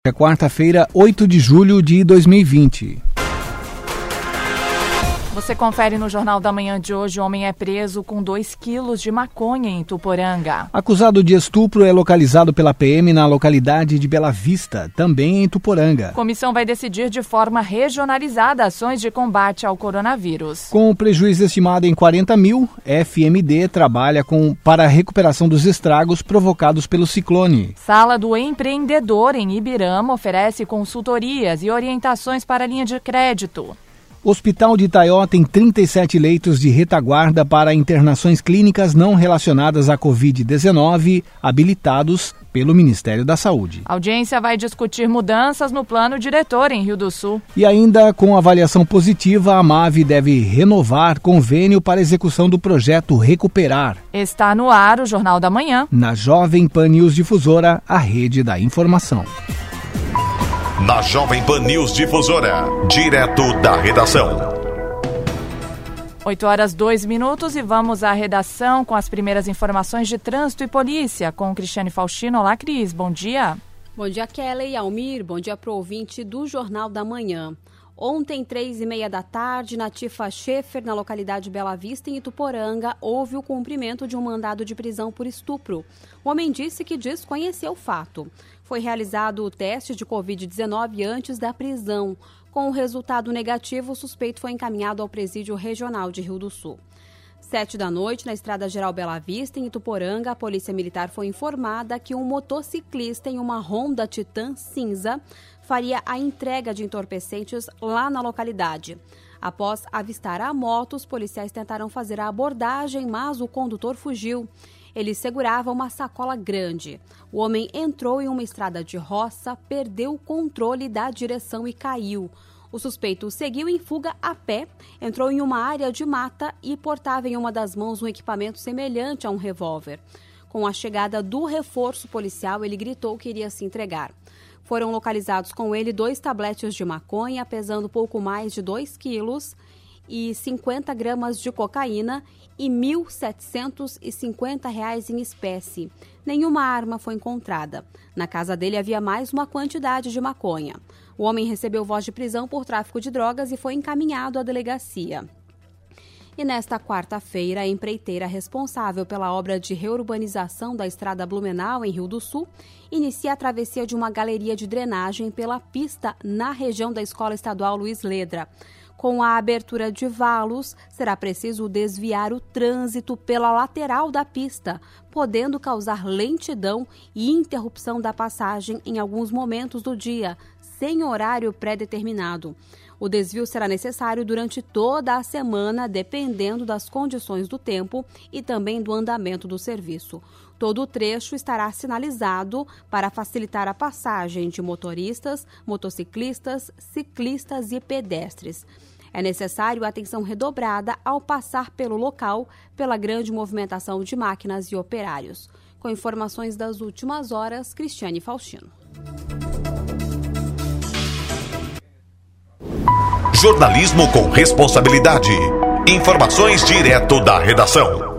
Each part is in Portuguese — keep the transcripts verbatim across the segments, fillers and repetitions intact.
É quarta-feira, oito de julho de dois mil e vinte. Você confere no Jornal da Manhã de hoje. O homem é preso com dois quilos de maconha em Ituporanga. Acusado de estupro é localizado pela P M na localidade de Bela Vista, também em Ituporanga. A comissão vai decidir de forma regionalizada ações de combate ao coronavírus. Com o prejuízo estimado em quarenta mil, F M D trabalha com, para a recuperação dos estragos provocados pelo ciclone. Sala do Empreendedor em Ibirama oferece consultorias e orientações para a linha de crédito. O Hospital de Itaió tem trinta e sete leitos de retaguarda para internações clínicas não relacionadas à covid dezenove, habilitados pelo Ministério da Saúde. A audiência vai discutir mudanças no plano diretor em Rio do Sul. E ainda com avaliação positiva, a MAVE deve renovar convênio para execução do projeto Recuperar. Está no ar o Jornal da Manhã. Na Jovem Pan News Difusora, a rede da informação. Na Jovem Pan News Difusora, direto da redação. oito horas, dois minutos e vamos à redação com as primeiras informações de trânsito e polícia com Cristiane Faustino. Olá, Cris, bom dia. Bom dia, Kelly e Almir, bom dia para o ouvinte do Jornal da Manhã. Ontem, três e meia da tarde, na Tifa Schaefer, na localidade Bela Vista, em Ituporanga, houve o cumprimento de um mandado de prisão por estupro. O homem disse que desconheceu o fato. Foi realizado o teste de covid dezenove antes da prisão. Com o resultado negativo, o suspeito foi encaminhado ao presídio regional de Rio do Sul. Sete da noite, na Estrada Geral Bela Vista, em Ituporanga, a Polícia Militar foi informada que um motociclista em uma Honda Titan cinza faria a entrega de entorpecentes lá na localidade. Após avistar a moto, os policiais tentaram fazer a abordagem, mas o condutor fugiu. Ele segurava uma sacola grande. O homem entrou em uma estrada de roça, perdeu o controle da direção e caiu. O suspeito seguiu em fuga a pé, entrou em uma área de mata e portava em uma das mãos um equipamento semelhante a um revólver. Com a chegada do reforço policial, ele gritou que iria se entregar. Foram localizados com ele dois tabletes de maconha, pesando pouco mais de dois quilos, e cinquenta gramas de cocaína e mil setecentos e cinquenta reais em espécie. Nenhuma arma foi encontrada. Na casa dele havia mais uma quantidade de maconha. O homem recebeu voz de prisão por tráfico de drogas e foi encaminhado à delegacia. E nesta quarta-feira, a empreiteira responsável pela obra de reurbanização da Estrada Blumenau, em Rio do Sul, inicia a travessia de uma galeria de drenagem pela pista na região da Escola Estadual Luiz Ledra. Com a abertura de valos, será preciso desviar o trânsito pela lateral da pista, podendo causar lentidão e interrupção da passagem em alguns momentos do dia, sem horário pré-determinado. O desvio será necessário durante toda a semana, dependendo das condições do tempo e também do andamento do serviço. Todo o trecho estará sinalizado para facilitar a passagem de motoristas, motociclistas, ciclistas e pedestres. É necessário atenção redobrada ao passar pelo local pela grande movimentação de máquinas e operários. Com informações das últimas horas, Cristiane Faustino. Jornalismo com responsabilidade. Informações direto da redação.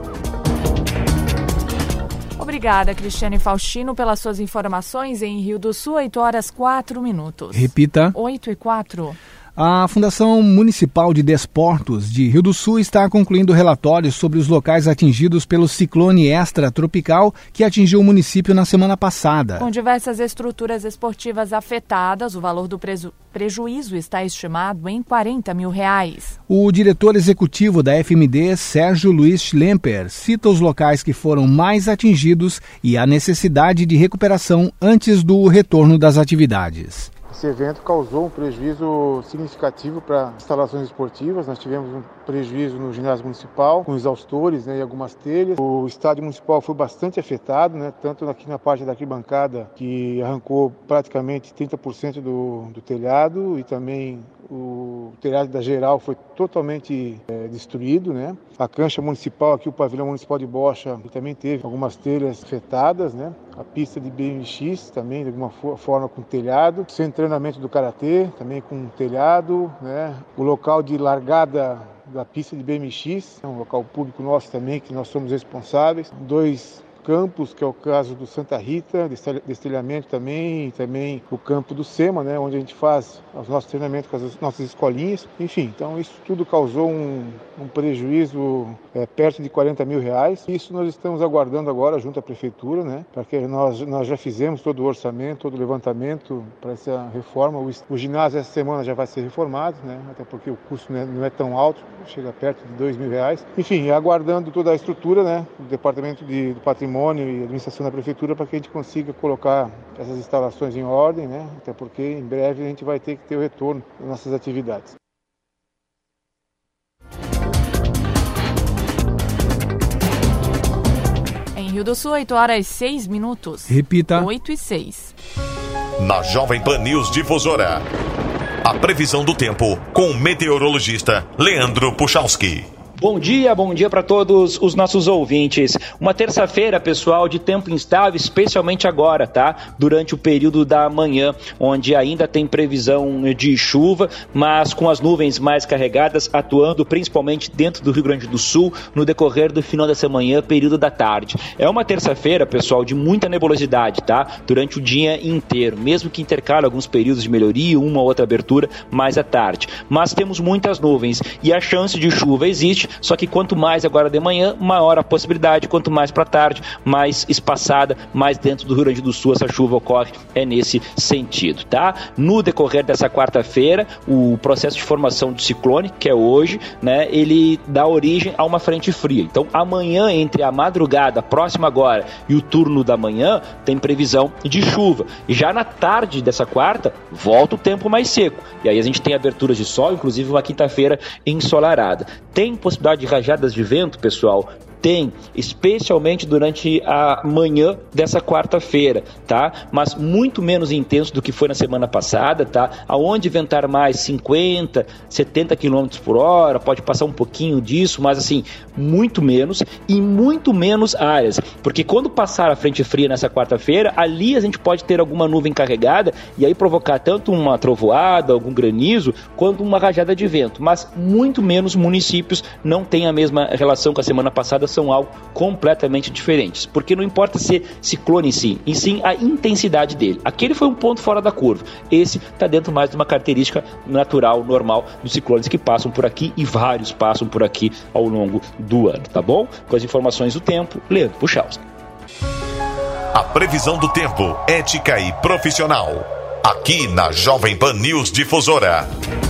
Obrigada, Cristiane Faustino, pelas suas informações em Rio do Sul, oito horas, quatro minutos. Repita. oito e quatro. A Fundação Municipal de Desportos de Rio do Sul está concluindo relatórios sobre os locais atingidos pelo ciclone extratropical que atingiu o município na semana passada. Com diversas estruturas esportivas afetadas, o valor do preju- prejuízo está estimado em quarenta mil reais. O diretor executivo da F M D, Sérgio Luiz Schlemper, cita os locais que foram mais atingidos e a necessidade de recuperação antes do retorno das atividades. Esse evento causou um prejuízo significativo para instalações esportivas. Nós tivemos um prejuízo no ginásio municipal, com exaustores, né, e algumas telhas. O estádio municipal foi bastante afetado, né, tanto aqui na parte da arquibancada, que arrancou praticamente trinta por cento do, do telhado, e também o telhado da geral foi totalmente é, destruído, né? A cancha municipal, aqui o pavilhão municipal de Bocha, também teve algumas telhas afetadas, né? A pista de B M X também, de alguma forma, com telhado. O centro de treinamento do Karatê, também com telhado, né? O local de largada da pista de B M X, é um local público nosso também, que nós somos responsáveis. Dois campos, que é o caso do Santa Rita, destelhamento também, e também o campo do SEMA, né, onde a gente faz os nossos treinamentos com as nossas escolinhas. Enfim, então isso tudo causou um, um prejuízo é, perto de quarenta mil reais. Isso nós estamos aguardando agora junto à Prefeitura, né, porque nós, nós já fizemos todo o orçamento, todo o levantamento para essa reforma. O, o ginásio essa semana já vai ser reformado, né, até porque o custo não é, não é tão alto, chega perto de dois mil reais. Enfim, aguardando toda a estrutura, né, do Departamento de, do Patrimônio e Administração da Prefeitura para que a gente consiga colocar essas instalações em ordem, né, até porque em breve a gente vai ter que ter o retorno das nossas atividades. Em Rio do Sul, oito horas e seis minutos. Repita. oito e seis. Na Jovem Pan News Difusora, a previsão do tempo com o meteorologista Leandro Puchalski. Bom dia, bom dia para todos os nossos ouvintes. Uma terça-feira, pessoal, de tempo instável, especialmente agora, tá? Durante o período da manhã, onde ainda tem previsão de chuva, mas com as nuvens mais carregadas, atuando principalmente dentro do Rio Grande do Sul, no decorrer do final dessa manhã, período da tarde. É uma terça-feira, pessoal, de muita nebulosidade, tá? Durante o dia inteiro, mesmo que intercale alguns períodos de melhoria, uma ou outra abertura mais à tarde. Mas temos muitas nuvens e a chance de chuva existe. Só que quanto mais agora de manhã, maior a possibilidade, quanto mais para tarde, mais espaçada, mais dentro do Rio Grande do Sul essa chuva ocorre, é nesse sentido, tá? No decorrer dessa quarta-feira, o processo de formação do ciclone, que é hoje, né, ele dá origem a uma frente fria. Então, amanhã, entre a madrugada próxima agora e o turno da manhã, tem previsão de chuva. E já na tarde dessa quarta, volta o tempo mais seco. E aí a gente tem aberturas de sol, inclusive uma quinta-feira ensolarada. Tem possibilidade de rajadas de vento, pessoal? Tem, especialmente durante a manhã dessa quarta-feira, tá? Mas muito menos intenso do que foi na semana passada, tá? Aonde ventar mais cinquenta, setenta quilômetros por hora, pode passar um pouquinho disso, mas assim, muito menos e muito menos áreas, porque quando passar a frente fria nessa quarta-feira, ali a gente pode ter alguma nuvem carregada e aí provocar tanto uma trovoada, algum granizo, quanto uma rajada de vento, mas muito menos municípios não têm a mesma relação com a semana passada, são algo completamente diferentes, porque não importa ser ciclone em si, em sim a intensidade dele. Aquele foi um ponto fora da curva, esse está dentro mais de uma característica natural, normal dos ciclones que passam por aqui e vários passam por aqui ao longo do ano, tá bom? Com as informações do tempo, Leandro Puchalski. A previsão do tempo, ética e profissional, aqui na Jovem Pan News Difusora.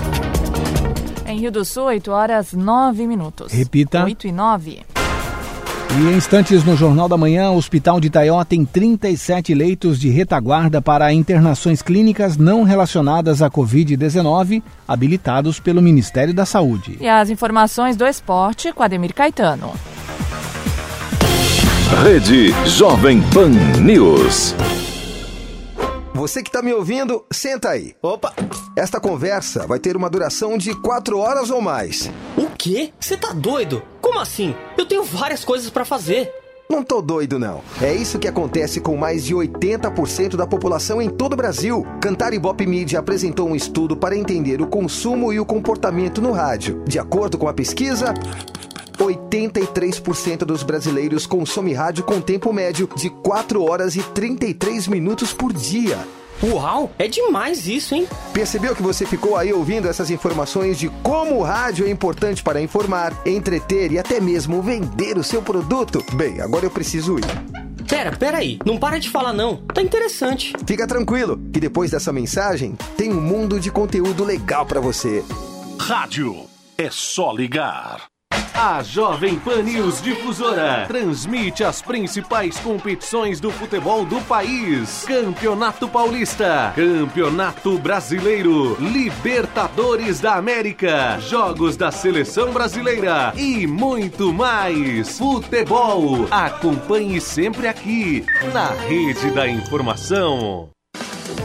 Em Rio do Sul, oito horas e nove minutos. Repita. oito e nove. E em instantes no Jornal da Manhã, o Hospital de Itaió tem trinta e sete leitos de retaguarda para internações clínicas não relacionadas à covid dezenove, habilitados pelo Ministério da Saúde. E as informações do esporte com Ademir Caetano. Rede Jovem Pan News. Você que está me ouvindo, senta aí. Opa! Esta conversa vai ter uma duração de quatro horas ou mais. O quê? Você tá doido? Como assim? Eu tenho várias coisas para fazer. Não tô doido, não. É isso que acontece com mais de oitenta por cento da população em todo o Brasil. Cantar Ibope Mídia apresentou um estudo para entender o consumo e o comportamento no rádio. De acordo com a pesquisa, oitenta e três por cento dos brasileiros consomem rádio com tempo médio de quatro horas e trinta e três minutos por dia. Uau, é demais isso, hein? Percebeu que você ficou aí ouvindo essas informações de como o rádio é importante para informar, entreter e até mesmo vender o seu produto? Bem, agora eu preciso ir. Pera, pera aí, não para de falar não, tá interessante. Fica tranquilo, que depois dessa mensagem tem um mundo de conteúdo legal para você. Rádio, é só ligar. A Jovem Pan News Difusora transmite as principais competições do futebol do país. Campeonato Paulista, Campeonato Brasileiro, Libertadores da América, Jogos da Seleção Brasileira e muito mais. Futebol, acompanhe sempre aqui, na Rede da Informação.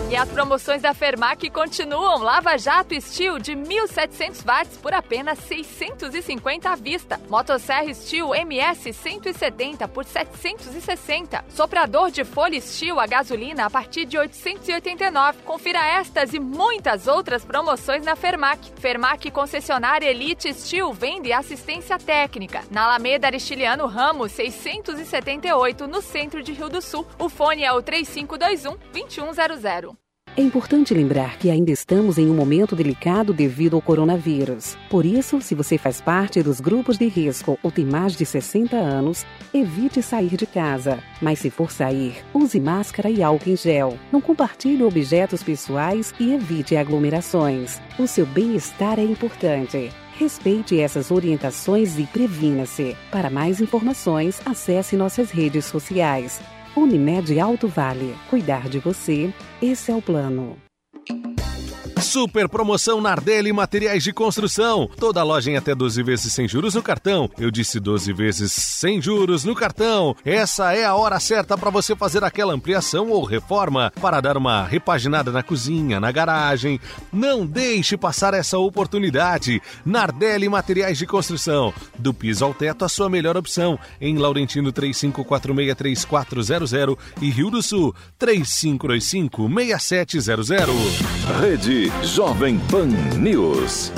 E as promoções da Fermac continuam. Lava Jato Steel de mil e setecentos watts por apenas seiscentos e cinquenta à vista. Motosserra Steel M S cento e setenta por setecentos e sessenta. Soprador de folha Steel a gasolina a partir de oitocentos e oitenta e nove. Confira estas e muitas outras promoções na Fermac. Fermac concessionária Elite Steel vende assistência técnica. Na Alameda Aristiliano Ramos seiscentos e setenta e oito, no centro de Rio do Sul. O fone é o três cinco dois um, dois um zero zero. É importante lembrar que ainda estamos em um momento delicado devido ao coronavírus. Por isso, se você faz parte dos grupos de risco ou tem mais de sessenta anos, evite sair de casa. Mas se for sair, use máscara e álcool em gel. Não compartilhe objetos pessoais e evite aglomerações. O seu bem-estar é importante. Respeite essas orientações e previna-se. Para mais informações, acesse nossas redes sociais. Unimed Alto Vale. Cuidar de você, esse é o plano. Super promoção Nardelli Materiais de Construção. Toda loja em até doze vezes sem juros no cartão. Eu disse doze vezes sem juros no cartão. Essa é a hora certa para você fazer aquela ampliação ou reforma para dar uma repaginada na cozinha, na garagem. Não deixe passar essa oportunidade. Nardelli Materiais de Construção. Do piso ao teto, a sua melhor opção. Em Laurentino três cinco quatro seis, três quatro zero zero e Rio do Sul três cinco dois cinco, seis sete zero zero. Rede Jovem Pan News.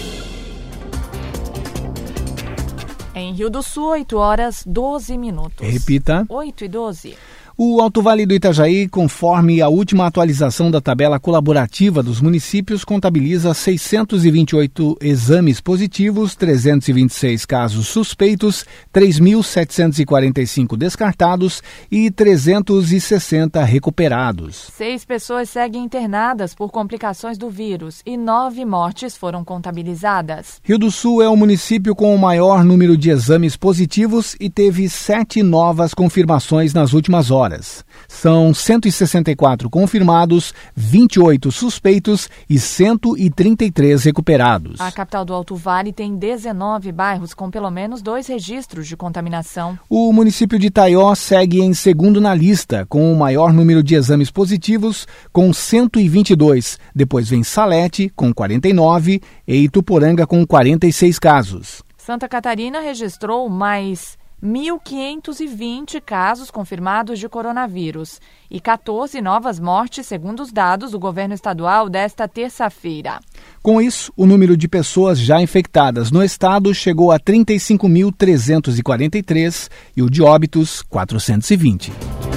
Em Rio do Sul, oito horas, doze minutos. Repita. oito e doze. O Alto Vale do Itajaí, conforme a última atualização da tabela colaborativa dos municípios, contabiliza seiscentos e vinte e oito exames positivos, trezentos e vinte e seis casos suspeitos, três mil setecentos e quarenta e cinco descartados e trezentos e sessenta recuperados. Seis pessoas seguem internadas por complicações do vírus e nove mortes foram contabilizadas. Rio do Sul é o município com o maior número de exames positivos e teve sete novas confirmações nas últimas horas. São cento e sessenta e quatro confirmados, vinte e oito suspeitos e cento e trinta e três recuperados. A capital do Alto Vale tem dezenove bairros com pelo menos dois registros de contaminação. O município de Itaió segue em segundo na lista, com o maior número de exames positivos, com cento e vinte e dois. Depois vem Salete, com quarenta e nove, e Ituporanga, com quarenta e seis casos. Santa Catarina registrou mais mil quinhentos e vinte casos confirmados de coronavírus e quatorze novas mortes, segundo os dados do governo estadual desta terça-feira. Com isso, o número de pessoas já infectadas no estado chegou a trinta e cinco mil trezentos e quarenta e três e o de óbitos, quatrocentos e vinte.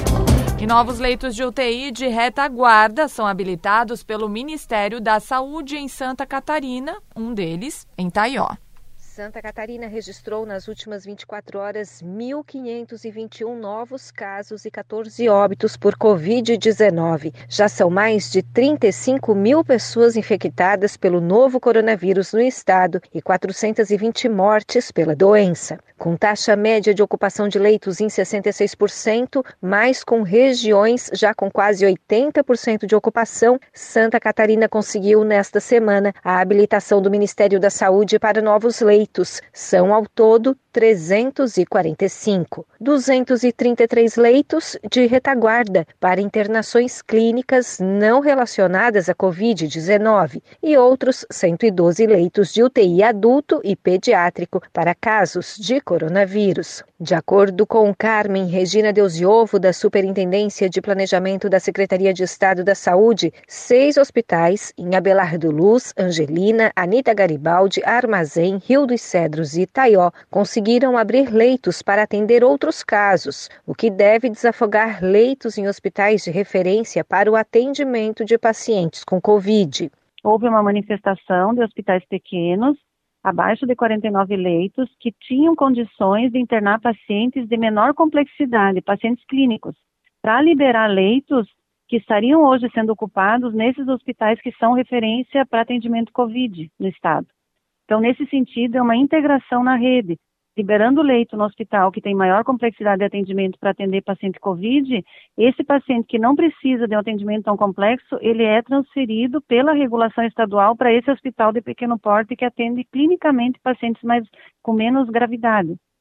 E novos leitos de U T I de retaguarda são habilitados pelo Ministério da Saúde em Santa Catarina, um deles em Itaió. Santa Catarina registrou nas últimas vinte e quatro horas mil quinhentos e vinte e um novos casos e quatorze óbitos por covid dezenove. Já são mais de trinta e cinco mil pessoas infectadas pelo novo coronavírus no estado e quatrocentas e vinte mortes pela doença. Com taxa média de ocupação de leitos em sessenta e seis por cento, mas com regiões já com quase oitenta por cento de ocupação, Santa Catarina conseguiu nesta semana a habilitação do Ministério da Saúde para novos leitos. São ao todo trezentos e quarenta e cinco. duzentos e trinta e três leitos de retaguarda para internações clínicas não relacionadas à covid dezenove e outros cento e doze leitos de U T I adulto e pediátrico para casos de coronavírus. De acordo com Carmen Regina Deusiovo, da Superintendência de Planejamento da Secretaria de Estado da Saúde, seis hospitais em Abelardo Luz, Angelina, Anita Garibaldi, Armazém, Rio dos Cedros e Itaió conseguiram abrir leitos para atender outros casos, o que deve desafogar leitos em hospitais de referência para o atendimento de pacientes com Covid. Houve uma manifestação de hospitais pequenos, abaixo de quarenta e nove leitos, que tinham condições de internar pacientes de menor complexidade, pacientes clínicos, para liberar leitos que estariam hoje sendo ocupados nesses hospitais que são referência para atendimento Covid no estado. Então, nesse sentido, é uma integração na rede, liberando o leito no hospital que tem maior complexidade de atendimento para atender paciente Covid. Esse paciente que não precisa de um atendimento tão complexo, ele é transferido pela regulação estadual para esse hospital de pequeno porte que atende clinicamente pacientes mais, com menos gravidade.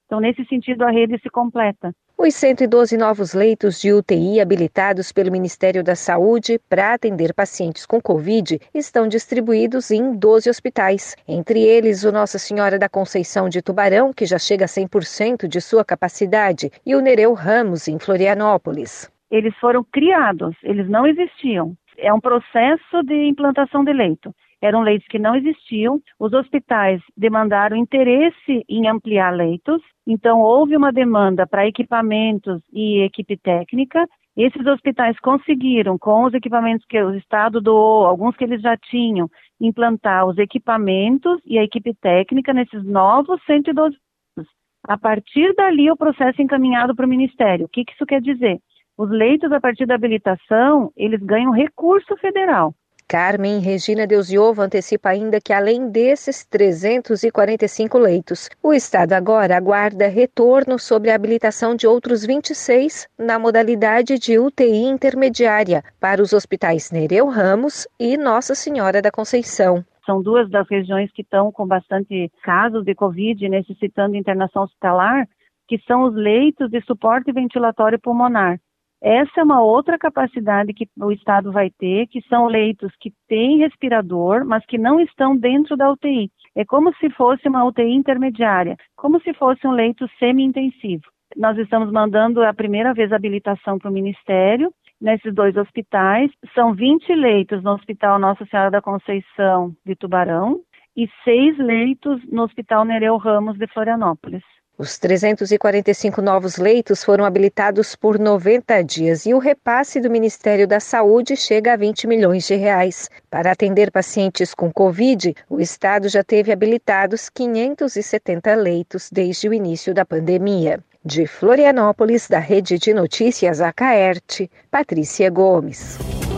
Então, nesse sentido, a rede se completa. Os cento e doze novos leitos de U T I habilitados pelo Ministério da Saúde para atender pacientes com Covid estão distribuídos em doze hospitais. Entre eles, o Nossa Senhora da Conceição de Tubarão, que já chega a cem por cento de sua capacidade, e o Nereu Ramos, em Florianópolis. Eles foram criados, eles não existiam. É um processo de implantação de leito. Eram leitos que não existiam, os hospitais demandaram interesse em ampliar leitos, então houve uma demanda para equipamentos e equipe técnica. Esses hospitais conseguiram, com os equipamentos que o Estado doou, alguns que eles já tinham, implantar os equipamentos e a equipe técnica nesses novos cento e doze leitos. A partir dali, o processo é encaminhado para o Ministério. O que, que isso quer dizer? Os leitos, a partir da habilitação, eles ganham recurso federal. Carmen Regina Deusiova antecipa ainda que, além desses trezentos e quarenta e cinco leitos, o Estado agora aguarda retorno sobre a habilitação de outros vinte e seis na modalidade de U T I intermediária para os hospitais Nereu Ramos e Nossa Senhora da Conceição. São duas das regiões que estão com bastante casos de Covid, necessitando de internação hospitalar, que são os leitos de suporte ventilatório pulmonar. Essa é uma outra capacidade que o Estado vai ter, que são leitos que têm respirador, mas que não estão dentro da U T I. É como se fosse uma U T I intermediária, como se fosse um leito semi-intensivo. Nós estamos mandando a primeira vez a habilitação para o Ministério, nesses dois hospitais. São vinte leitos no Hospital Nossa Senhora da Conceição de Tubarão e seis leitos no Hospital Nereu Ramos de Florianópolis. Os trezentos e quarenta e cinco novos leitos foram habilitados por noventa dias e o repasse do Ministério da Saúde chega a vinte milhões de reais. Para atender pacientes com Covid, o Estado já teve habilitados quinhentos e setenta leitos desde o início da pandemia. De Florianópolis, da Rede de Notícias Acaerte, Patrícia Gomes.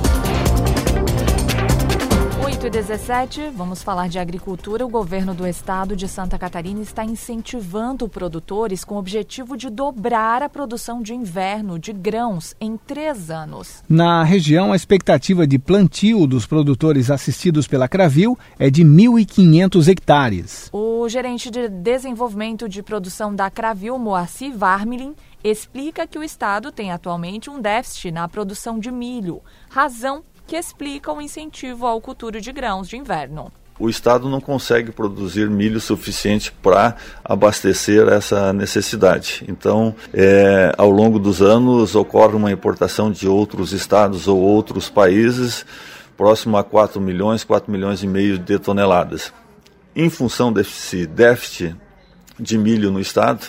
oito e dezessete, vamos falar de agricultura. O governo do estado de Santa Catarina está incentivando produtores com o objetivo de dobrar a produção de inverno de grãos em três anos. Na região, a expectativa de plantio dos produtores assistidos pela Cravil é de mil e quinhentos hectares. O gerente de desenvolvimento de produção da Cravil, Moacir Varmilin, explica que o estado tem atualmente um déficit na produção de milho, razão que explica o incentivo ao cultivo de grãos de inverno. O Estado não consegue produzir milho suficiente para abastecer essa necessidade. Então, é, ao longo dos anos, ocorre uma importação de outros estados ou outros países, próximo a quatro milhões, quatro milhões e meio de toneladas. Em função desse déficit de milho no Estado,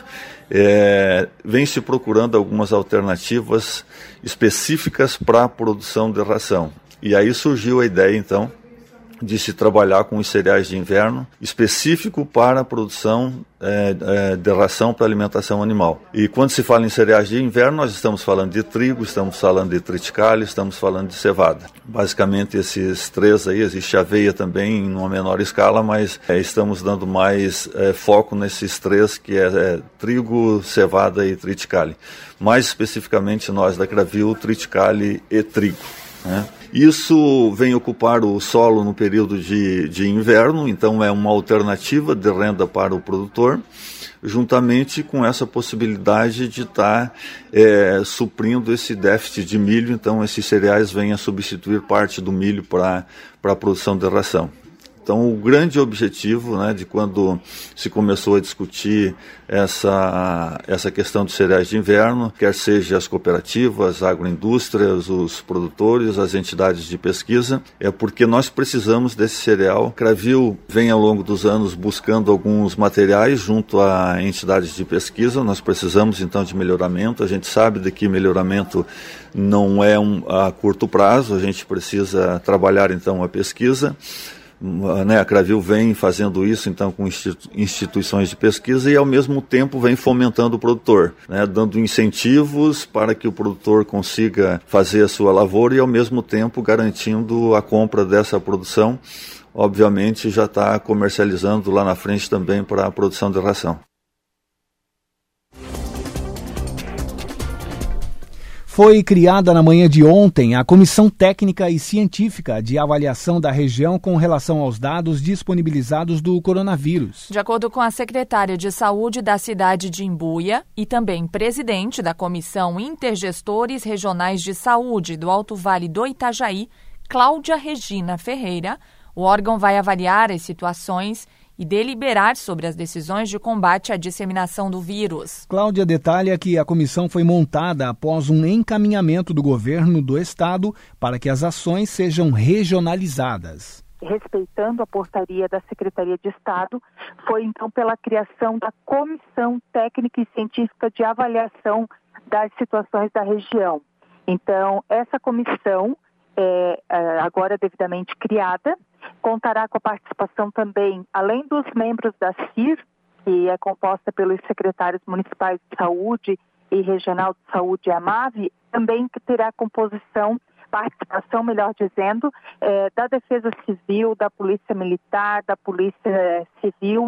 é, vem se procurando algumas alternativas específicas para a produção de ração. E aí surgiu a ideia, então, de se trabalhar com os cereais de inverno específico para a produção é, é, de ração para alimentação animal. E quando se fala em cereais de inverno, nós estamos falando de trigo, estamos falando de triticale, estamos falando de cevada. Basicamente esses três aí, existe aveia também em uma menor escala, mas é, estamos dando mais é, foco nesses três, que é, é trigo, cevada e triticale. Mais especificamente nós da Cravil, triticale e trigo, né? Isso vem ocupar o solo no período de, de inverno, então é uma alternativa de renda para o produtor, juntamente com essa possibilidade de estar tá, é, suprindo esse déficit de milho. Então esses cereais vêm a substituir parte do milho para a produção de ração. Então, o grande objetivo, né, de quando se começou a discutir essa, essa questão dos cereais de inverno, quer seja as cooperativas, agroindústrias, os produtores, as entidades de pesquisa, é porque nós precisamos desse cereal. Cravil vem ao longo dos anos buscando alguns materiais junto a entidades de pesquisa. Nós precisamos então de melhoramento. A gente sabe de que melhoramento não é um, a curto prazo, a gente precisa trabalhar então a pesquisa. Né, a Cravil vem fazendo isso então com instituições de pesquisa e ao mesmo tempo vem fomentando o produtor, né, dando incentivos para que o produtor consiga fazer a sua lavoura e ao mesmo tempo garantindo a compra dessa produção. Obviamente já está comercializando lá na frente também para a produção de ração. Foi criada na manhã de ontem a Comissão Técnica e Científica de Avaliação da Região com relação aos dados disponibilizados do coronavírus. De acordo com a secretária de Saúde da cidade de Imbuia e também presidente da Comissão Intergestores Regionais de Saúde do Alto Vale do Itajaí, Cláudia Regina Ferreira, o órgão vai avaliar as situações e deliberar sobre as decisões de combate à disseminação do vírus. Cláudia detalha que a comissão foi montada após um encaminhamento do governo do estado para que as ações sejam regionalizadas. Respeitando a portaria da Secretaria de Estado, foi então pela criação da Comissão Técnica e Científica de Avaliação das Situações da Região. Então, essa comissão, é, agora devidamente criada, contará com a participação também, além dos membros da C I R, que é composta pelos secretários municipais de saúde e regional de saúde, a MAVE, também terá composição, participação, melhor dizendo, é, da Defesa Civil, da Polícia Militar, da Polícia Civil,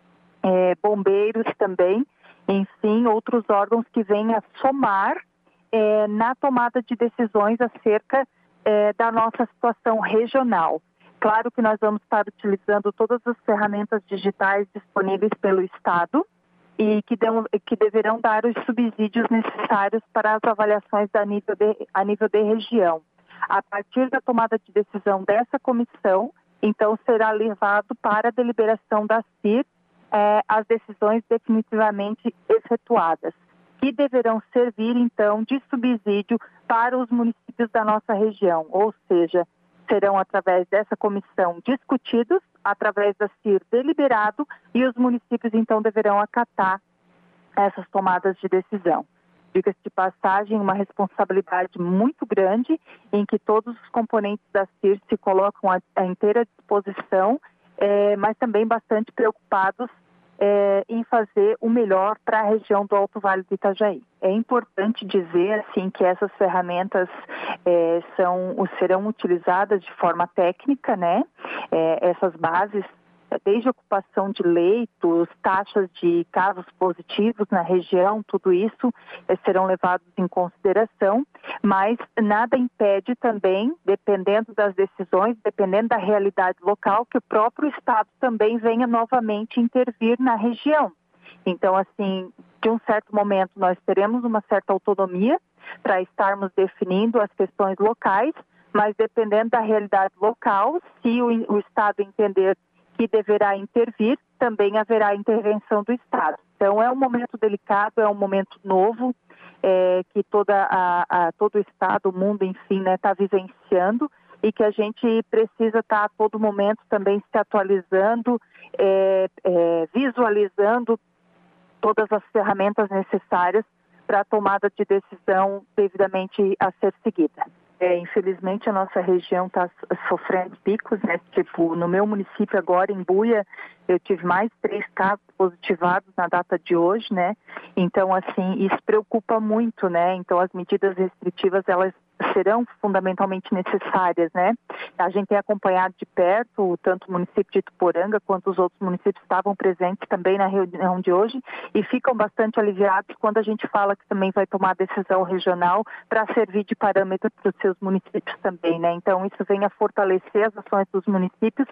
é, bombeiros também, enfim, outros órgãos que venham a somar é, na tomada de decisões acerca é, da nossa situação regional. Claro que nós vamos estar utilizando todas as ferramentas digitais disponíveis pelo Estado e que, dão, que deverão dar os subsídios necessários para as avaliações da nível de, a nível de região. A partir da tomada de decisão dessa comissão, então será levado para a deliberação da C I R eh, as decisões definitivamente efetuadas, que deverão servir então de subsídio para os municípios da nossa região, ou seja, serão através dessa comissão discutidos, através da C I R deliberado e os municípios então deverão acatar essas tomadas de decisão. Diga-se de passagem, uma responsabilidade muito grande em que todos os componentes da C I R se colocam à, à inteira disposição, é, mas também bastante preocupados É, em fazer o melhor para a região do Alto Vale do Itajaí. É importante dizer assim, que essas ferramentas é, são, serão utilizadas de forma técnica, né? É, essas bases, desde ocupação de leitos, taxas de casos positivos na região, tudo isso é, serão levados em consideração, mas nada impede também, dependendo das decisões, dependendo da realidade local, que o próprio Estado também venha novamente intervir na região. Então, assim, de um certo momento nós teremos uma certa autonomia para estarmos definindo as questões locais, mas dependendo da realidade local, se o, o Estado entender que deverá intervir, também haverá intervenção do Estado. Então, é um momento delicado, é um momento novo, é, que toda a, a, todo o Estado, o mundo, enfim, né, está vivenciando e que a gente precisa estar tá, a todo momento também se atualizando, é, é, visualizando todas as ferramentas necessárias para a tomada de decisão devidamente a ser seguida. É, infelizmente a nossa região está sofrendo picos, né? Tipo, no meu município agora, em Imbuia, eu tive mais três casos positivados na data de hoje, né? Então, assim, isso preocupa muito, né? Então, as medidas restritivas, elas serão fundamentalmente necessárias, né? A gente tem acompanhado de perto, tanto o município de Ituporanga quanto os outros municípios estavam presentes também na reunião de hoje e ficam bastante aliviados quando a gente fala que também vai tomar decisão regional para servir de parâmetro para os seus municípios também, né? Então, isso vem a fortalecer as ações dos municípios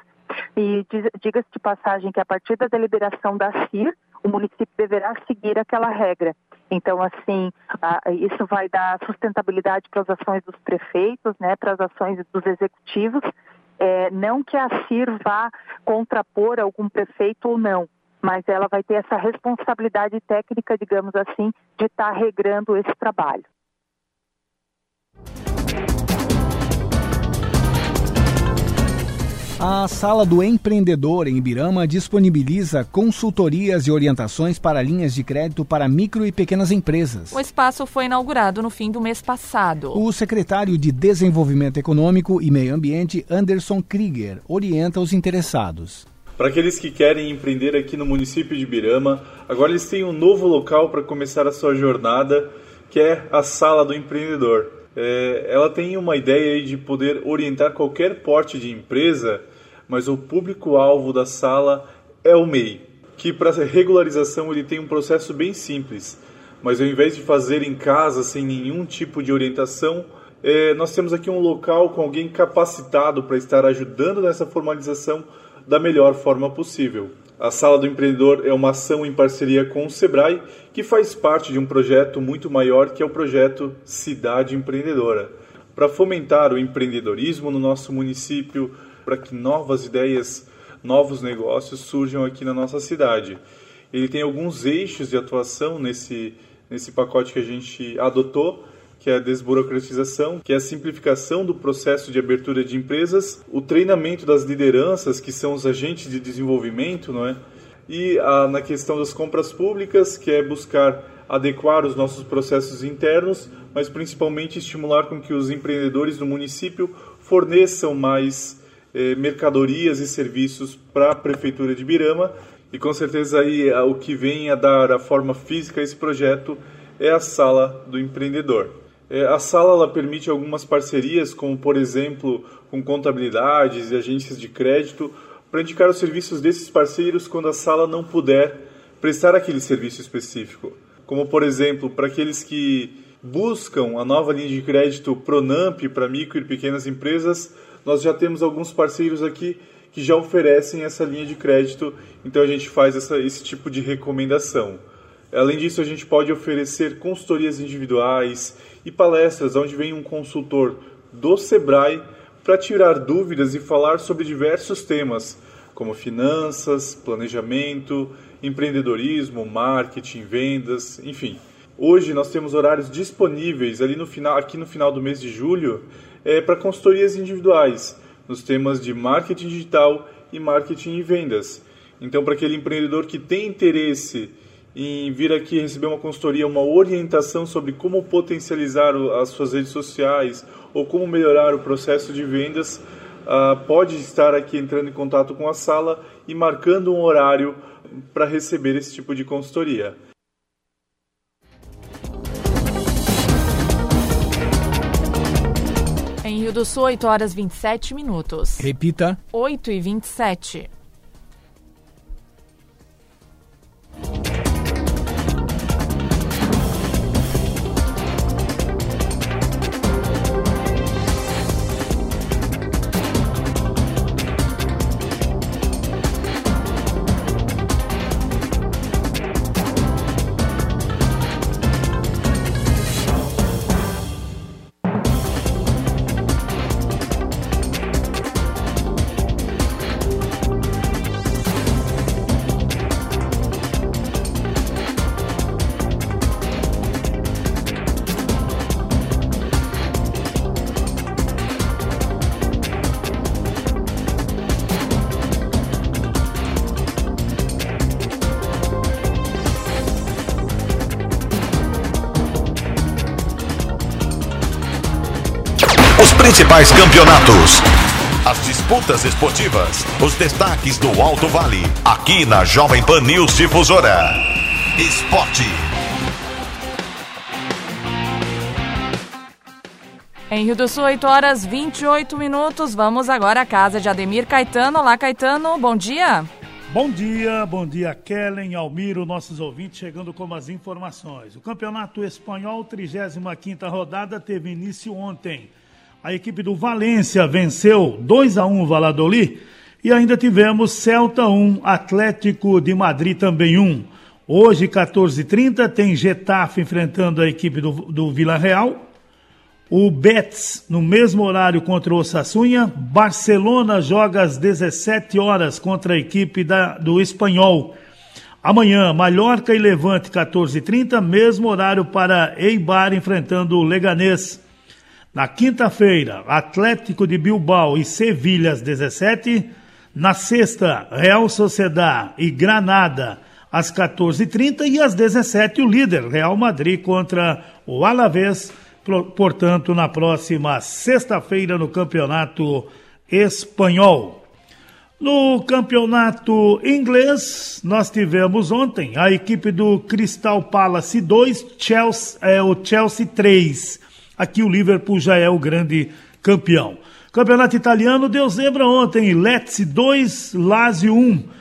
e diga-se de passagem que a partir da deliberação da C I R, o município deverá seguir aquela regra. Então, assim, isso vai dar sustentabilidade para as ações dos prefeitos, né, para as ações dos executivos. É, não que a C I R vá contrapor algum prefeito ou não, mas ela vai ter essa responsabilidade técnica, digamos assim, de estar regrando esse trabalho. A Sala do Empreendedor em Ibirama disponibiliza consultorias e orientações para linhas de crédito para micro e pequenas empresas. O espaço foi inaugurado no fim do mês passado. O secretário de Desenvolvimento Econômico e Meio Ambiente, Anderson Krieger, orienta os interessados. Para aqueles que querem empreender aqui no município de Ibirama, agora eles têm um novo local para começar a sua jornada, que é a Sala do Empreendedor. É, ela tem uma ideia de poder orientar qualquer porte de empresa, mas o público-alvo da sala é o M E I, que para regularização ele tem um processo bem simples. mas ao invés de fazer em casa sem nenhum tipo de orientação, é, nós temos aqui um local com alguém capacitado para estar ajudando nessa formalização da melhor forma possível. A Sala do Empreendedor é uma ação em parceria com o Sebrae, que faz parte de um projeto muito maior, que é o projeto Cidade Empreendedora, para fomentar o empreendedorismo no nosso município, para que novas ideias, novos negócios surjam aqui na nossa cidade. Ele tem alguns eixos de atuação nesse, nesse pacote que a gente adotou, que é a desburocratização, que é a simplificação do processo de abertura de empresas, o treinamento das lideranças, que são os agentes de desenvolvimento, não é? E a, na questão das compras públicas, que é buscar adequar os nossos processos internos, mas principalmente estimular com que os empreendedores do município forneçam mais eh, mercadorias e serviços para a Prefeitura de Birama. E com certeza aí o que vem a dar a forma física a esse projeto é a Sala do Empreendedor. A sala ela permite algumas parcerias, como por exemplo com contabilidades e agências de crédito, para indicar os serviços desses parceiros quando a sala não puder prestar aquele serviço específico. Como por exemplo, para aqueles que buscam a nova linha de crédito Pronamp para micro e pequenas empresas, nós já temos alguns parceiros aqui que já oferecem essa linha de crédito, então a gente faz essa, esse tipo de recomendação. Além disso, a gente pode oferecer consultorias individuais e palestras onde vem um consultor do Sebrae para tirar dúvidas e falar sobre diversos temas, como finanças, planejamento, empreendedorismo, marketing, vendas, enfim. Hoje nós temos horários disponíveis ali no final, aqui no final do mês de julho é, para consultorias individuais, nos temas de marketing digital e marketing e vendas. Então, para aquele empreendedor que tem interesse em vir aqui receber uma consultoria, uma orientação sobre como potencializar as suas redes sociais ou como melhorar o processo de vendas, uh, pode estar aqui entrando em contato com a sala e marcando um horário para receber esse tipo de consultoria. Em Rio do Sul, oito horas e vinte e sete minutos. Repita. oito e vinte e sete. Os principais campeonatos, as disputas esportivas, os destaques do Alto Vale, aqui na Jovem Pan News Difusora. Esporte. Em Rio do Sul, oito horas e vinte e oito minutos. Vamos agora à casa de Ademir Caetano. Olá, Caetano, bom dia. Bom dia, bom dia, Kellen, Almiro, nossos ouvintes, chegando com as informações. O Campeonato Espanhol, trigésima quinta rodada, teve início ontem. A equipe do Valência venceu dois a um o Valladolid e ainda tivemos Celta um, Atlético de Madrid também um. Hoje, quatorze e trinta, tem Getafe enfrentando a equipe do, do Vila Real. O Betis, no mesmo horário, contra o Osasuna. Barcelona joga às dezessete horas contra a equipe da, do Espanhol. Amanhã, Mallorca e Levante, quatorze e trinta, mesmo horário para Eibar enfrentando o Leganés. Na quinta-feira, Atlético de Bilbao e Sevilha às dezessete. Na sexta, Real Sociedad e Granada às quatorze e trinta. E às dezessete, o líder, Real Madrid, contra o Alavés. Portanto, na próxima sexta-feira, no Campeonato Espanhol. No Campeonato Inglês, nós tivemos ontem a equipe do Crystal Palace dois, Chelsea, é, o Chelsea três. Aqui o Liverpool já é o grande campeão. Campeonato Italiano deu zebra ontem, Lecce dois, Lazio um.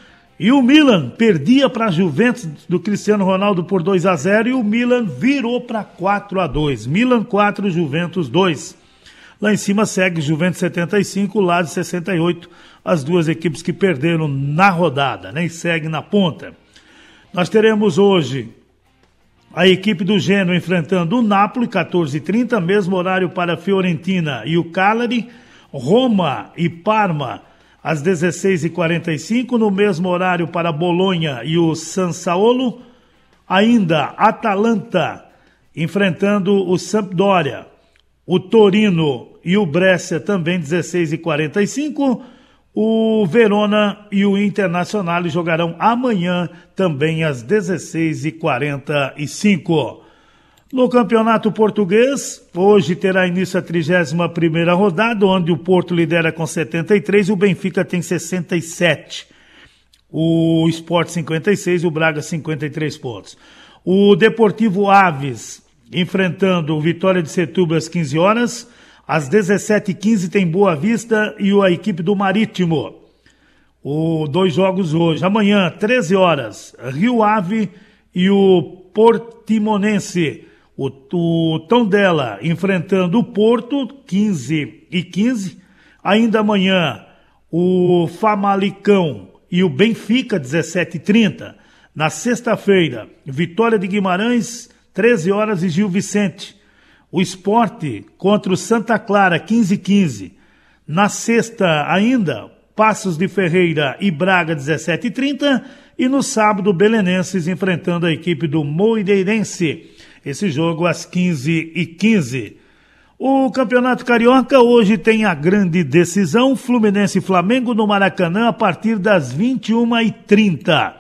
E o Milan perdia para a Juventus do Cristiano Ronaldo por dois a zero e o Milan virou para quatro a dois. Milan quatro, Juventus dois. Lá em cima segue Juventus setenta e cinco, Lazio sessenta e oito, as duas equipes que perderam na rodada, né? E segue na ponta. Nós teremos hoje a equipe do Genoa enfrentando o Napoli, quatorze e trinta, mesmo horário para a Fiorentina e o Cagliari. Roma e Parma, às dezesseis e quarenta e cinco, no mesmo horário para Bolonha e o Sassuolo. Ainda Atalanta enfrentando o Sampdoria, o Torino e o Brescia também dezesseis e quarenta e cinco. O Verona e o Internazionale jogarão amanhã também às dezesseis e quarenta e cinco. No Campeonato Português, hoje terá início a trigésima primeira rodada, onde o Porto lidera com setenta e três e o Benfica tem sessenta e sete. O Sport cinquenta e seis e o Braga cinquenta e três pontos. O Deportivo Aves enfrentando o Vitória de Setúbal às quinze horas. Às dezessete e quinze tem Boa Vista e a equipe do Marítimo. O, dois jogos hoje. Amanhã, treze horas, Rio Ave e o Portimonense. O, o Tondela enfrentando o Porto, quinze e quinze. Ainda amanhã, o Famalicão e o Benfica, dezessete e trinta. Na sexta-feira, Vitória de Guimarães, treze horas e Gil Vicente. O Sport contra o Santa Clara, quinze e quinze. Na sexta ainda, Passos de Ferreira e Braga, dezessete e trinta. E no sábado, Belenenses enfrentando a equipe do Moreirense. Esse jogo às quinze e quinze. O Campeonato Carioca hoje tem a grande decisão, Fluminense e Flamengo no Maracanã a partir das vinte e uma e trinta.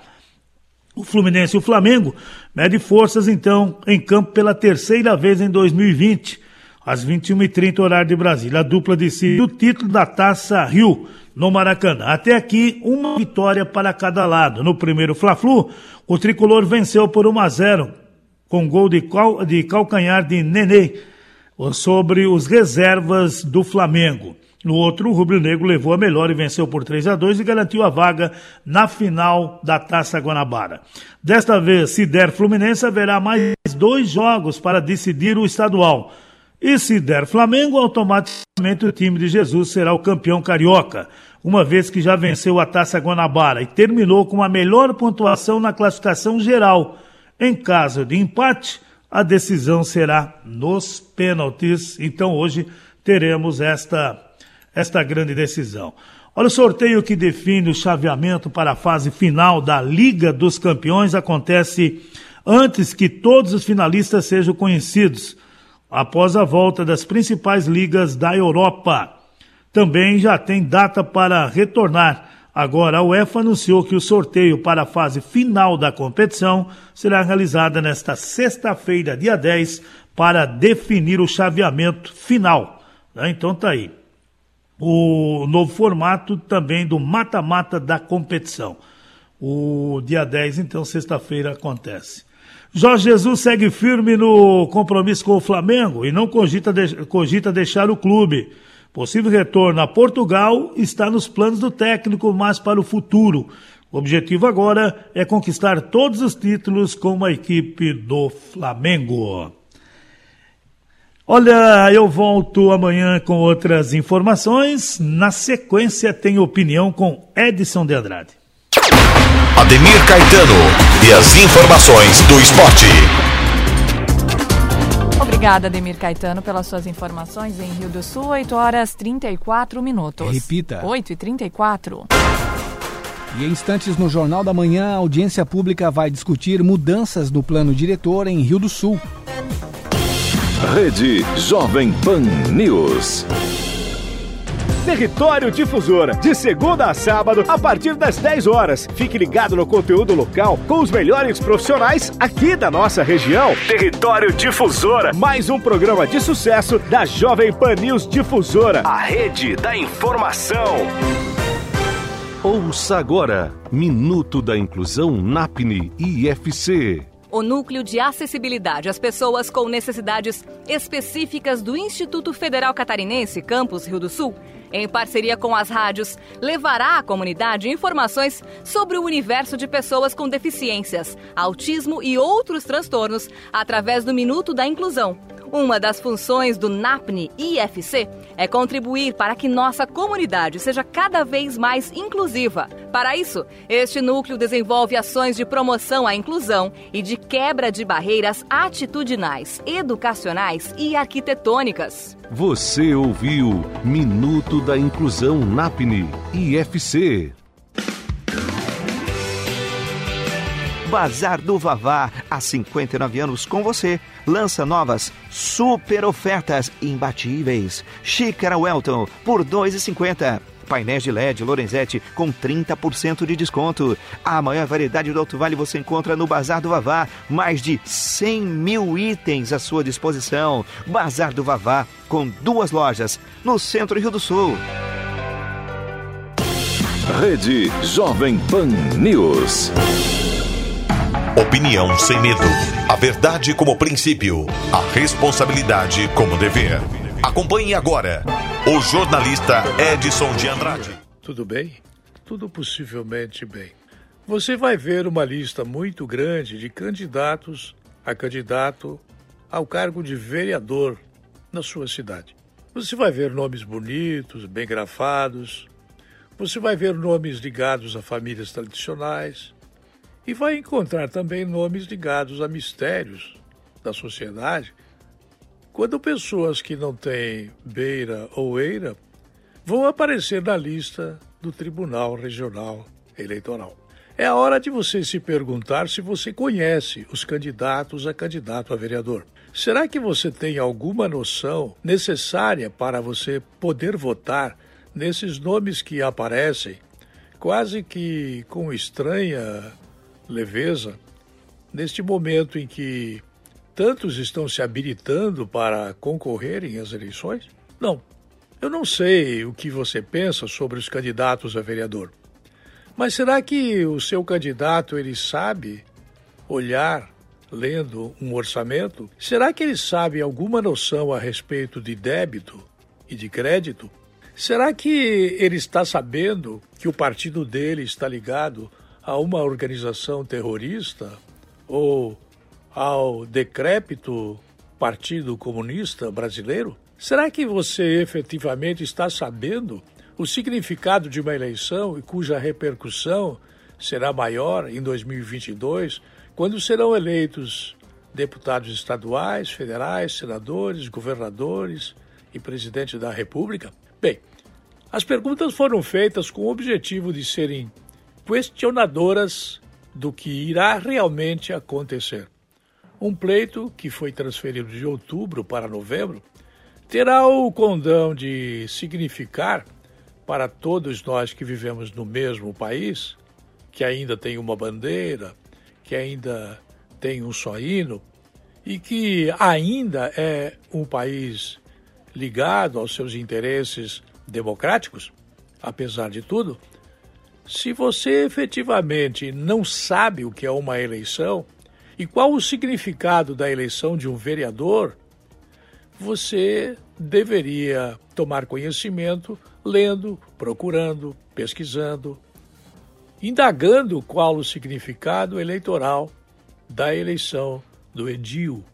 O Fluminense e o Flamengo medem forças, então, em campo pela terceira vez em dois mil e vinte, às vinte e uma e trinta, horário de Brasília. A dupla decide o título da Taça Rio, no Maracanã. Até aqui, uma vitória para cada lado. No primeiro Fla-Flu, o tricolor venceu por um a zero, com gol de, cal, de calcanhar de Nenê, sobre os reservas do Flamengo. No outro, o rubro-negro levou a melhor e venceu por três a dois e garantiu a vaga na final da Taça Guanabara. Desta vez, se der Fluminense, haverá mais dois jogos para decidir o estadual. E se der Flamengo, automaticamente o time de Jesus será o campeão carioca, uma vez que já venceu a Taça Guanabara e terminou com a melhor pontuação na classificação geral. Em caso de empate, a decisão será nos pênaltis. Então hoje teremos esta... esta grande decisão. Olha, o sorteio que define o chaveamento para a fase final da Liga dos Campeões acontece antes que todos os finalistas sejam conhecidos, após a volta das principais ligas da Europa. Também já tem data para retornar. Agora, a UEFA anunciou que o sorteio para a fase final da competição será realizada nesta sexta-feira, dia dez, para definir o chaveamento final. Então tá aí. O novo formato também do mata-mata da competição. O dia dez, então, sexta-feira, acontece. Jorge Jesus segue firme no compromisso com o Flamengo e não cogita, de, cogita deixar o clube. Possível retorno a Portugal está nos planos do técnico, mas para o futuro. O objetivo agora é conquistar todos os títulos com a equipe do Flamengo. Olha, eu volto amanhã com outras informações. Na sequência, tem opinião com Edson de Andrade. Ademir Caetano e as informações do esporte. Obrigada, Ademir Caetano, pelas suas informações em Rio do Sul, oito horas e trinta e quatro minutos. Repita. oito e trinta e quatro. E em instantes no Jornal da Manhã, a audiência pública vai discutir mudanças no plano diretor em Rio do Sul. Rede Jovem Pan News. Território Difusora, de segunda a sábado, a partir das dez horas. Fique ligado no conteúdo local com os melhores profissionais aqui da nossa região. Território Difusora, mais um programa de sucesso da Jovem Pan News Difusora, a rede da informação. Ouça agora, Minuto da Inclusão NAPNE I F C. O Núcleo de Acessibilidade às Pessoas com Necessidades Específicas do Instituto Federal Catarinense, Campus Rio do Sul, em parceria com as rádios, levará à comunidade informações sobre o universo de pessoas com deficiências, autismo e outros transtornos através do Minuto da Inclusão. Uma das funções do NAPNE I F C é contribuir para que nossa comunidade seja cada vez mais inclusiva. Para isso, este núcleo desenvolve ações de promoção à inclusão e de quebra de barreiras atitudinais, educacionais e arquitetônicas. Você ouviu Minuto da Inclusão NAPNE I F C. Bazar do Vavá, há cinquenta e nove anos com você, lança novas super ofertas imbatíveis. Xícara Welton por dois reais e cinquenta centavos. Painéis de L E D Lorenzetti com trinta por cento de desconto. A maior variedade do Alto Vale você encontra no Bazar do Vavá. Mais de cem mil itens à sua disposição. Bazar do Vavá, com duas lojas no centro Rio do Sul. Rede Jovem Pan News. Opinião sem medo. A verdade como princípio. A responsabilidade como dever. Acompanhe agora o jornalista Edson de Andrade. Tudo bem? Tudo possivelmente bem. Você vai ver uma lista muito grande de candidatos a candidato ao cargo de vereador na sua cidade. Você vai ver nomes bonitos, bem grafados. Você vai ver nomes ligados a famílias tradicionais. E vai encontrar também nomes ligados a mistérios da sociedade, quando pessoas que não têm beira ou eira vão aparecer na lista do Tribunal Regional Eleitoral. É a hora de você se perguntar se você conhece os candidatos a candidato a vereador. Será que você tem alguma noção necessária para você poder votar nesses nomes que aparecem, quase que com estranha leveza, neste momento em que tantos estão se habilitando para concorrerem às eleições? Não, eu não sei o que você pensa sobre os candidatos a vereador, mas será que o seu candidato ele sabe olhar, lendo um orçamento? Será que ele sabe alguma noção a respeito de débito e de crédito? Será que ele está sabendo que o partido dele está ligado a uma organização terrorista ou ao decrépito Partido Comunista Brasileiro? Será que você efetivamente está sabendo o significado de uma eleição e cuja repercussão será maior em dois mil e vinte e dois, quando serão eleitos deputados estaduais, federais, senadores, governadores e presidente da República? Bem, as perguntas foram feitas com o objetivo de serem questionadoras do que irá realmente acontecer. Um pleito que foi transferido de outubro para novembro terá o condão de significar para todos nós que vivemos no mesmo país, que ainda tem uma bandeira, que ainda tem um só hino e que ainda é um país ligado aos seus interesses democráticos, apesar de tudo. Se você efetivamente não sabe o que é uma eleição e qual o significado da eleição de um vereador, você deveria tomar conhecimento lendo, procurando, pesquisando, indagando qual o significado eleitoral da eleição do edil.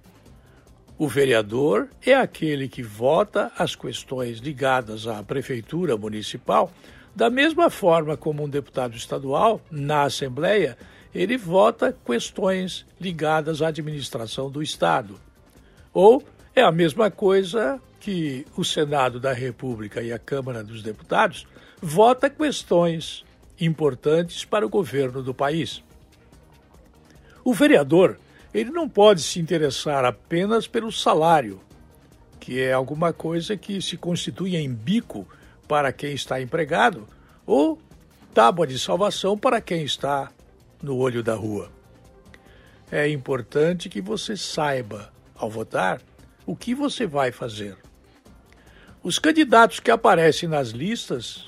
O vereador é aquele que vota as questões ligadas à prefeitura municipal. Da mesma forma como um deputado estadual, na Assembleia, ele vota questões ligadas à administração do Estado. Ou é a mesma coisa que o Senado da República e a Câmara dos Deputados vota questões importantes para o governo do país. O vereador, ele não pode se interessar apenas pelo salário, que é alguma coisa que se constitui em bico para quem está empregado, ou tábua de salvação para quem está no olho da rua. É importante que você saiba, ao votar, o que você vai fazer. Os candidatos que aparecem nas listas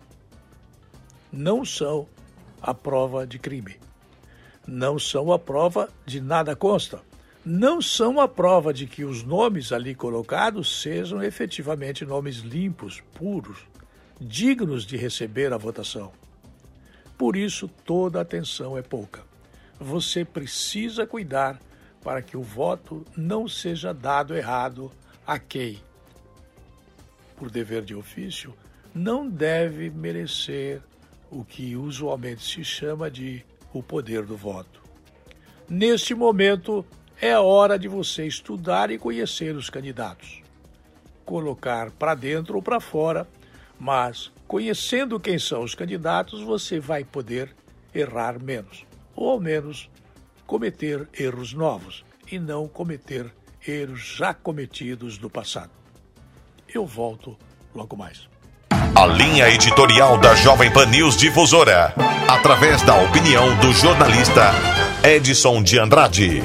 não são a prova de crime. Não são a prova de nada consta. não são a prova de que os nomes ali colocados sejam efetivamente nomes limpos, puros, dignos de receber a votação. Por isso, toda atenção é pouca. Você precisa cuidar para que o voto não seja dado errado a quem, por dever de ofício, não deve merecer o que usualmente se chama de o poder do voto. Neste momento, é hora de você estudar e conhecer os candidatos. Colocar para dentro ou para fora, mas conhecendo quem são os candidatos, você vai poder errar menos, ou ao menos cometer erros novos e não cometer erros já cometidos no passado. Eu volto logo mais. A linha editorial da Jovem Pan News Difusora, através da opinião do jornalista Edson de Andrade.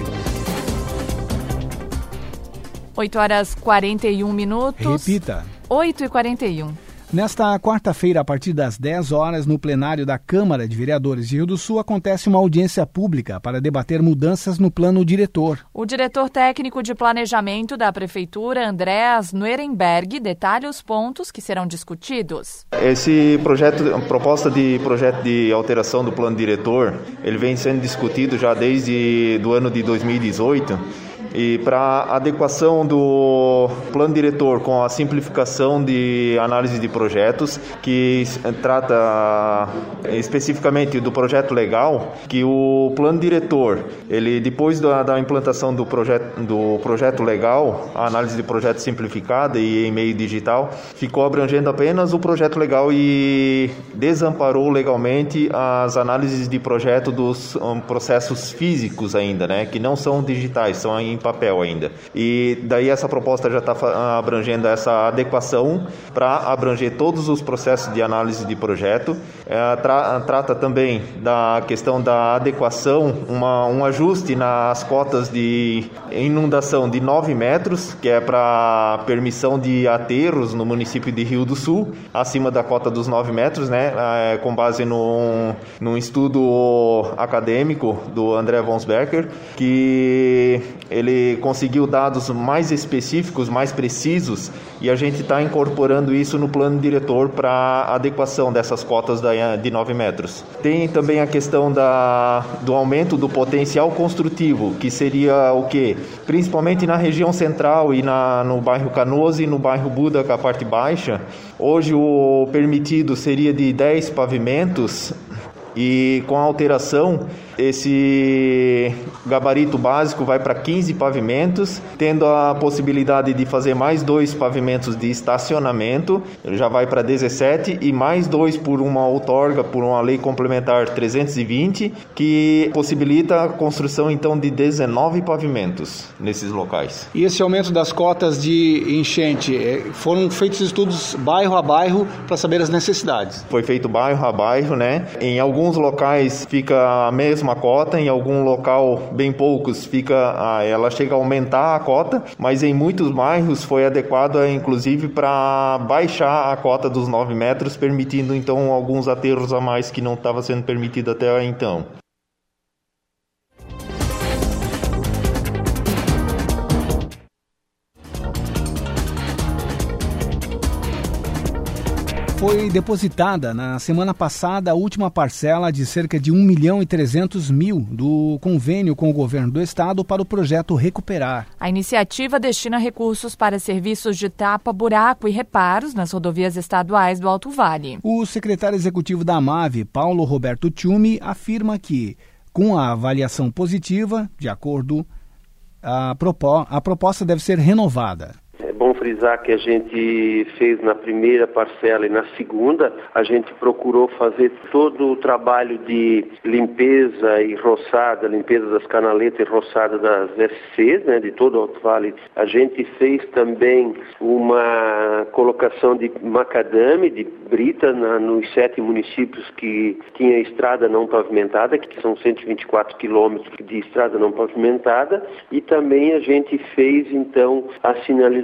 oito horas e quarenta e um minutos. Repita. oito e quarenta e um. Nesta quarta-feira, a partir das dez horas, no plenário da Câmara de Vereadores de Rio do Sul, acontece uma audiência pública para debater mudanças no plano diretor. O diretor técnico de planejamento da Prefeitura, Andréas Nuerenberg, detalha os pontos que serão discutidos. Esse projeto, a proposta de projeto de alteração do plano diretor, ele vem sendo discutido já desde do ano de dois mil e dezoito. E para adequação do plano diretor com a simplificação de análise de projetos, que trata especificamente do projeto legal, que o plano diretor, ele depois da, da implantação do projeto, do projeto legal, a análise de projeto simplificada e em meio digital, ficou abrangendo apenas o projeto legal e desamparou legalmente as análises de projeto dos um, processos físicos ainda, né, que não são digitais, são em papel ainda. E daí essa proposta já está abrangendo essa adequação para abranger todos os processos de análise de projeto. É, tra trata também da questão da adequação, uma, um ajuste nas cotas de inundação de nove metros, que é para permissão de aterros no município de Rio do Sul, acima da cota dos nove metros, né, é, com base num, num estudo acadêmico do André Wonsberger, que ele conseguiu dados mais específicos, mais precisos, e a gente está incorporando isso no plano diretor para adequação dessas cotas de nove metros. Tem também a questão da, do aumento do potencial construtivo, que seria o quê? Principalmente na região central e na, no bairro Canoas e no bairro Buda, que é a parte baixa. Hoje o permitido seria de dez pavimentos, e com a alteração, esse gabarito básico vai para quinze pavimentos, tendo a possibilidade de fazer mais dois pavimentos de estacionamento, já vai para dezessete, e mais dois por uma outorga, por uma lei complementar trezentos e vinte, que possibilita a construção então de dezenove pavimentos nesses locais. E esse aumento das cotas de enchente, foram feitos estudos bairro a bairro para saber as necessidades? Foi feito bairro a bairro, né? Em alguns locais fica a mesma cota, em algum local, bem poucos, fica a, ela chega a aumentar a cota, mas em muitos bairros foi adequada inclusive para baixar a cota dos nove metros, permitindo então alguns aterros a mais que não estava sendo permitido até então. Foi depositada na semana passada a última parcela de cerca de um milhão e trezentos mil do convênio com o governo do estado para o projeto Recuperar. A iniciativa destina recursos para serviços de tapa, buraco e reparos nas rodovias estaduais do Alto Vale. O secretário executivo da AMAV, Paulo Roberto Tchumi, afirma que, com a avaliação positiva, de acordo, a, propó- a proposta deve ser renovada. É bom frisar que a gente fez na primeira parcela e na segunda, a gente procurou fazer todo o trabalho de limpeza e roçada, limpeza das canaletas e roçada das F Cs, né, de todo o Alto Vale. A gente fez também uma colocação de macadame, de brita, na, nos sete municípios que tinha estrada não pavimentada, que são cento e vinte e quatro quilômetros de estrada não pavimentada, e também a gente fez, então, a sinalização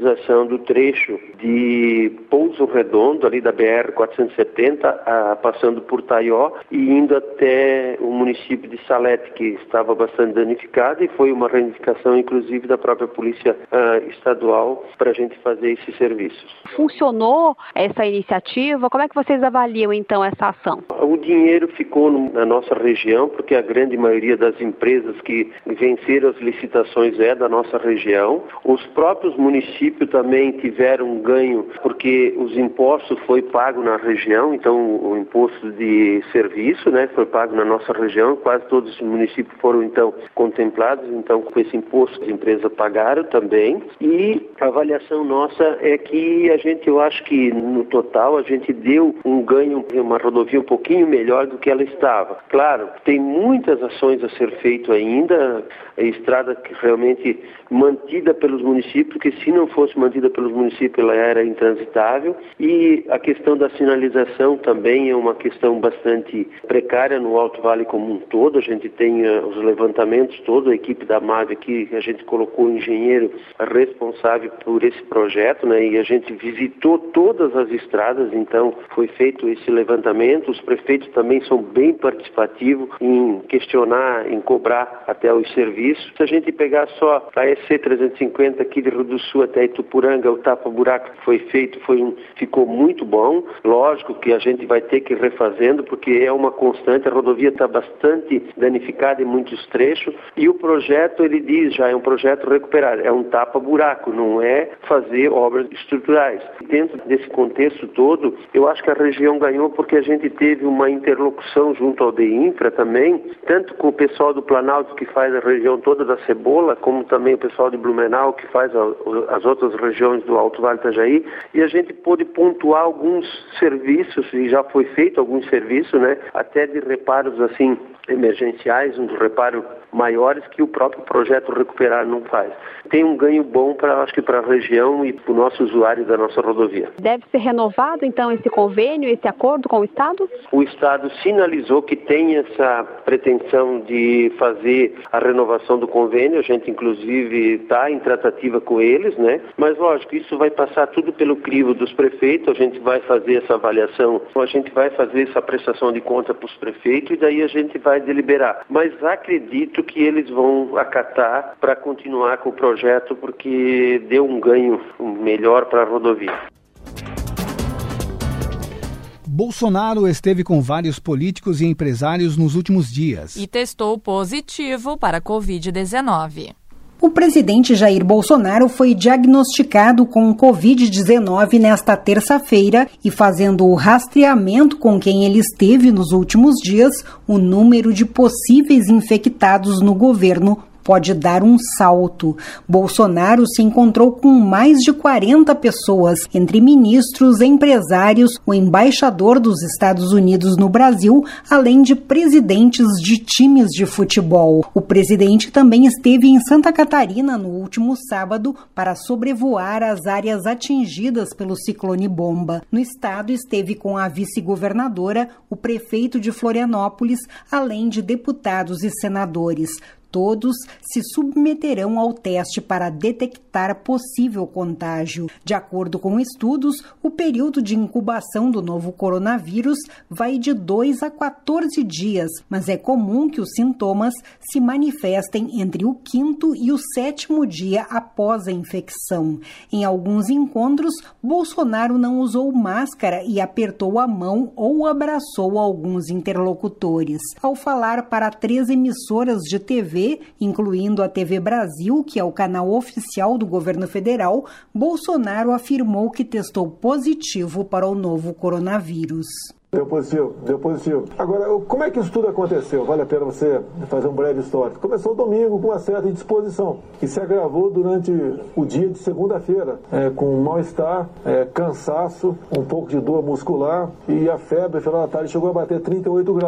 do trecho de Pouso Redondo, ali da B R quatrocentos e setenta, ah, passando por Taió e indo até o município de Salete, que estava bastante danificado, e foi uma reivindicação, inclusive, da própria Polícia ah, Estadual para a gente fazer esses serviços. Funcionou essa iniciativa? Como é que vocês avaliam, então, essa ação? O dinheiro ficou na nossa região, porque a grande maioria das empresas que venceram as licitações é da nossa região. Os próprios municípios também tiveram um ganho, porque os impostos foi pago na região, então o imposto de serviço, né, foi pago na nossa região, quase todos os municípios foram então contemplados, então com esse imposto as empresas pagaram também, e a avaliação nossa é que a gente, eu acho que no total a gente deu um ganho, uma rodovia um pouquinho melhor do que ela estava. Claro, tem muitas ações a ser feito ainda, a estrada que realmente mantida pelos municípios, porque se não fosse mantida pelos municípios ela era intransitável, e a questão da sinalização também é uma questão bastante precária no Alto Vale como um todo. A gente tem uh, os levantamentos todos, a equipe da MAVE aqui, a gente colocou o engenheiro responsável por esse projeto, né, e a gente visitou todas as estradas, então foi feito esse levantamento. Os prefeitos também são bem participativos em questionar, em cobrar até os serviços. Se a gente pegar só a E C trezentos e cinquenta aqui de Rio do Sul até Itupuranga, o tapa-buraco que foi feito foi um, ficou muito bom. Lógico que a gente vai ter que ir refazendo, porque é uma constante, a rodovia está bastante danificada em muitos trechos, e o projeto, ele diz, já é um projeto recuperar, é um tapa-buraco, não é fazer obras estruturais. Dentro desse contexto todo, eu acho que a região ganhou porque a gente teve uma interlocução junto ao DEINFRA também, tanto com o pessoal do Planalto, que faz a região toda da Cebola, como também o pessoal de Blumenau, que faz a, as outras regiões do Alto Vale do Itajaí, e a gente pôde pontuar alguns serviços, e já foi feito alguns serviços, né, até de reparos assim emergenciais, uns reparos maiores que o próprio projeto Recuperar não faz. Tem um ganho bom para, acho que para a região e para o nosso usuário da nossa rodovia. Deve ser renovado então esse convênio, esse acordo com o Estado? O Estado sinalizou que tem essa pretensão de fazer a renovação do convênio. A gente inclusive está em tratativa com eles, né? Mas lógico, isso vai passar tudo pelo crivo dos prefeitos. A gente vai fazer essa avaliação, a gente vai fazer essa prestação de conta para os prefeitos e daí a gente vai deliberar. Mas acredito que eles vão acatar para continuar com o projeto, porque deu um ganho melhor para a rodovia. Bolsonaro esteve com vários políticos e empresários nos últimos dias e testou positivo para a covid dezenove. O presidente Jair Bolsonaro foi diagnosticado com covid dezenove nesta terça-feira e, fazendo o rastreamento com quem ele esteve nos últimos dias, o número de possíveis infectados no governo pode dar um salto. Bolsonaro se encontrou com mais de quarenta pessoas, entre ministros, empresários, o embaixador dos Estados Unidos no Brasil, além de presidentes de times de futebol. O presidente também esteve em Santa Catarina no último sábado para sobrevoar as áreas atingidas pelo ciclone Bomba. No estado esteve com a vice-governadora, o prefeito de Florianópolis, além de deputados e senadores. Todos se submeterão ao teste para detectar possível contágio. De acordo com estudos, o período de incubação do novo coronavírus vai de dois a quatorze dias, mas é comum que os sintomas se manifestem entre o quinto e o sétimo dia após a infecção. Em alguns encontros, Bolsonaro não usou máscara e apertou a mão ou abraçou alguns interlocutores. Ao falar para três emissoras de T V, incluindo a T V Brasil, que é o canal oficial do governo federal, Bolsonaro afirmou que testou positivo para o novo coronavírus. Deu positivo, deu positivo. Agora, como é que isso tudo aconteceu? Vale a pena você fazer um breve histórico. Começou domingo com uma certa indisposição, que se agravou durante o dia de segunda-feira, é, com mal-estar, é, cansaço, um pouco de dor muscular, e a febre, no final da tarde, chegou a bater trinta e oito graus. O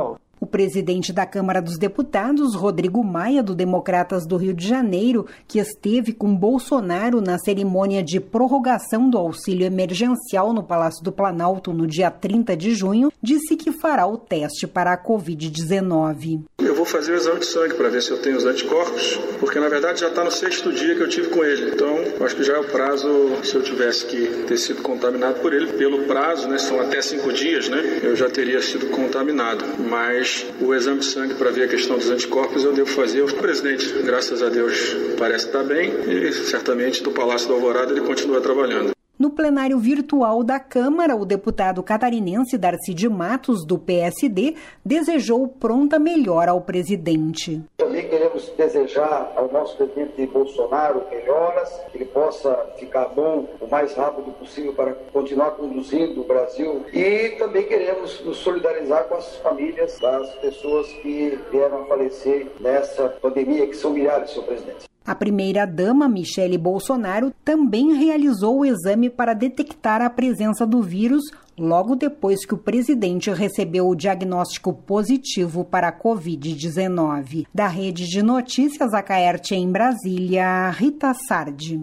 O presidente da Câmara dos Deputados, Rodrigo Maia, do Democratas do Rio de Janeiro, que esteve com Bolsonaro na cerimônia de prorrogação do auxílio emergencial no Palácio do Planalto no dia trinta de junho, disse que fará o teste para a covid dezenove. Eu vou fazer o exame de sangue para ver se eu tenho os anticorpos, porque na verdade já está no sexto dia que eu tive com ele. Então, acho que já é o prazo, se eu tivesse que ter sido contaminado por ele, pelo prazo, né, são até cinco dias, né, eu já teria sido contaminado. Mas o exame de sangue para ver a questão dos anticorpos eu devo fazer. O presidente, graças a Deus, parece estar bem e certamente do Palácio do Alvorada ele continua trabalhando. No plenário virtual da Câmara, o deputado catarinense Darcy de Matos, do P S D, desejou pronta melhora ao presidente. Também queremos desejar ao nosso presidente Bolsonaro melhoras, que ele possa ficar bom o mais rápido possível para continuar conduzindo o Brasil. E também queremos nos solidarizar com as famílias das pessoas que vieram a falecer nessa pandemia, que são milhares, senhor presidente. A primeira-dama, Michele Bolsonaro, também realizou o exame para detectar a presença do vírus logo depois que o presidente recebeu o diagnóstico positivo para a covid dezenove. Da Rede de Notícias Acaerte em Brasília, Rita Sardi.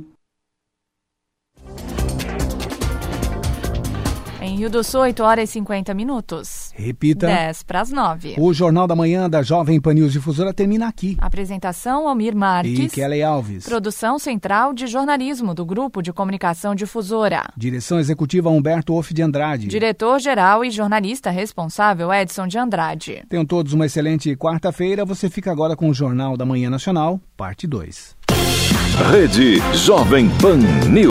Em Rio do Sul, oito horas e cinquenta minutos. Repita. dez para as nove. O Jornal da Manhã da Jovem Pan News Difusora termina aqui. Apresentação, Almir Marques. E Kelly Alves. Produção central de jornalismo do Grupo de Comunicação Difusora. Direção executiva Humberto Off de Andrade. Diretor-geral e jornalista responsável Edson de Andrade. Tenham todos uma excelente quarta-feira. Você fica agora com o Jornal da Manhã Nacional, parte dois. Rede Jovem Pan News.